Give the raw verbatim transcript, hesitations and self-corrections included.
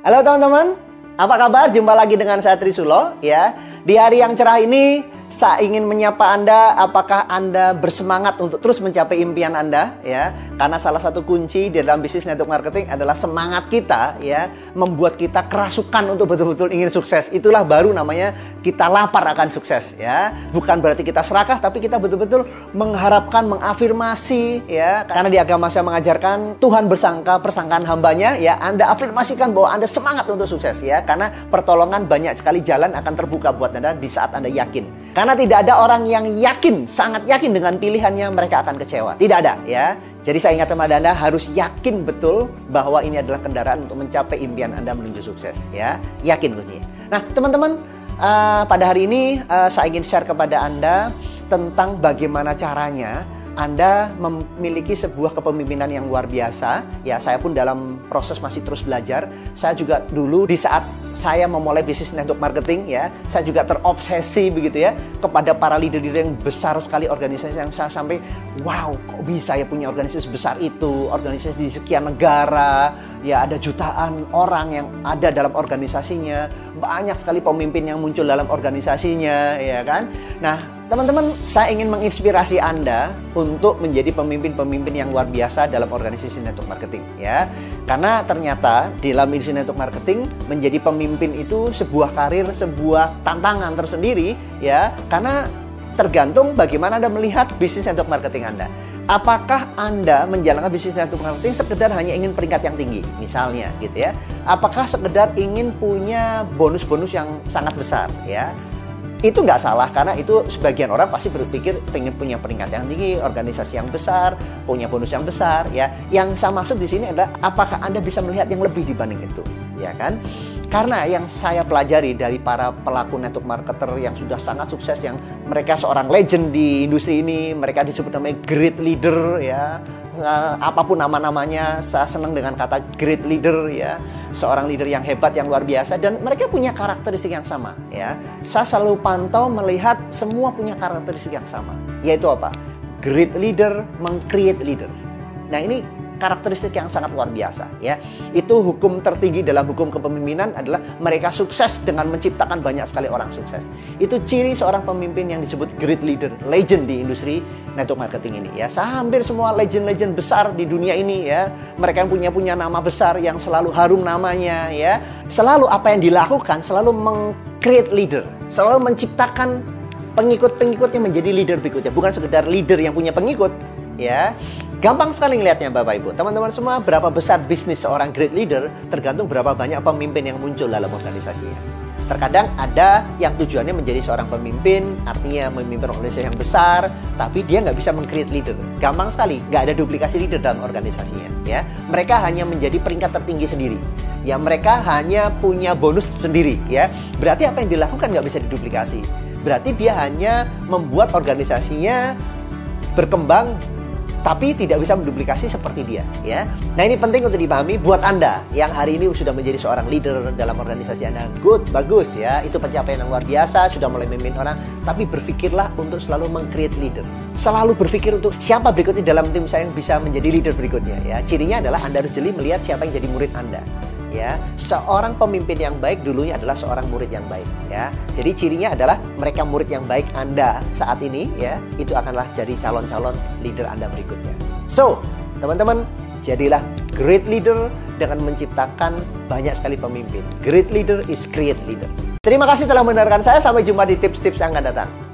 Halo teman-teman, apa kabar? Jumpa lagi dengan saya Trisulo ya. Di hari yang cerah ini, saya ingin menyapa Anda. Apakah Anda bersemangat untuk terus mencapai impian Anda ya? Karena salah satu kunci di dalam bisnis network marketing adalah semangat kita ya, membuat kita kerasukan untuk betul-betul ingin sukses. Itulah baru namanya kita lapar akan sukses ya. Bukan berarti kita serakah, tapi kita betul-betul mengharapkan, mengafirmasi ya. Karena di agama saya mengajarkan Tuhan bersangka persangkaan hambanya ya. Anda afirmasikan bahwa Anda semangat untuk sukses ya. Karena pertolongan banyak sekali jalan akan terbuka buat Anda di saat Anda yakin. Karena tidak ada orang yang yakin, sangat yakin dengan pilihannya, mereka akan kecewa. Tidak ada ya. Jadi saya ingat kepada Anda harus yakin betul bahwa ini adalah kendaraan untuk mencapai impian Anda menuju sukses ya. Yakin kuncinya. Nah teman-teman, uh, pada hari ini uh, saya ingin share kepada Anda tentang bagaimana caranya Anda memiliki sebuah kepemimpinan yang luar biasa. Ya, saya pun dalam proses masih terus belajar. Saya juga dulu di saat saya memulai bisnis network marketing ya, saya juga terobsesi begitu ya kepada para leader-leader yang besar sekali, organisasi yang saya sampai wow, kok bisa ya punya organisasi sebesar itu, organisasi di sekian negara, ya ada jutaan orang yang ada dalam organisasinya, banyak sekali pemimpin yang muncul dalam organisasinya, ya kan? Nah, teman-teman, saya ingin menginspirasi Anda untuk menjadi pemimpin-pemimpin yang luar biasa dalam organisasi network marketing ya. Karena ternyata di dalam industri network marketing menjadi pemimpin itu sebuah karir, sebuah tantangan tersendiri ya. Karena tergantung bagaimana Anda melihat bisnis network marketing Anda. Apakah Anda menjalankan bisnis network marketing sekedar hanya ingin peringkat yang tinggi misalnya gitu ya. Apakah sekedar ingin punya bonus-bonus yang sangat besar ya. Itu nggak salah, karena itu sebagian orang pasti berpikir pengen punya peringkat yang tinggi, organisasi yang besar, punya bonus yang besar ya. Yang saya maksud di sini adalah apakah Anda bisa melihat yang lebih dibanding itu, ya kan? Karena yang saya pelajari dari para pelaku network marketer yang sudah sangat sukses, yang mereka seorang legend di industri ini, mereka disebut namanya great leader ya. Uh, apapun nama-namanya, saya senang dengan kata great leader ya, seorang leader yang hebat, yang luar biasa, dan mereka punya karakteristik yang sama ya. Saya selalu pantau melihat semua punya karakteristik yang sama, yaitu apa? Great leader meng-create leader. Nah ini karakteristik yang sangat luar biasa ya. Itu hukum tertinggi dalam hukum kepemimpinan adalah mereka sukses dengan menciptakan banyak sekali orang sukses. Itu ciri seorang pemimpin yang disebut great leader, legend di industri network marketing ini ya. Saya hampir semua legend-legend besar di dunia ini ya, mereka yang punya punya nama besar yang selalu harum namanya ya. Selalu apa yang dilakukan selalu meng-create leader, selalu menciptakan pengikut-pengikut yang menjadi leader berikutnya, bukan sekedar leader yang punya pengikut ya. Gampang sekali ngelihatnya Bapak Ibu. Teman-teman semua, berapa besar bisnis seorang great leader tergantung berapa banyak pemimpin yang muncul dalam organisasinya. Terkadang ada yang tujuannya menjadi seorang pemimpin, artinya memimpin organisasi yang besar, tapi dia nggak bisa meng-create leader. Gampang sekali, nggak ada duplikasi leader dalam organisasinya. Ya, mereka hanya menjadi peringkat tertinggi sendiri. Ya, mereka hanya punya bonus sendiri. Ya, berarti apa yang dilakukan nggak bisa diduplikasi. Berarti dia hanya membuat organisasinya berkembang, tapi tidak bisa menduplikasi seperti dia ya. Nah ini penting untuk dipahami buat Anda yang hari ini sudah menjadi seorang leader dalam organisasi Anda. Good, bagus ya, itu pencapaian yang luar biasa, sudah mulai memimpin orang. Tapi berpikirlah untuk selalu meng-create leader. Selalu berpikir untuk siapa berikutnya dalam tim saya yang bisa menjadi leader berikutnya ya. Cirinya adalah Anda harus jeli melihat siapa yang jadi murid Anda ya. Seorang pemimpin yang baik dulunya adalah seorang murid yang baik ya. Jadi cirinya adalah mereka murid yang baik Anda saat ini ya, itu akanlah jadi calon-calon leader Anda berikutnya. So, teman-teman, jadilah great leader dengan menciptakan banyak sekali pemimpin. Great leader is create leader. Terima kasih telah mendengarkan saya, sampai jumpa di tips-tips yang akan datang.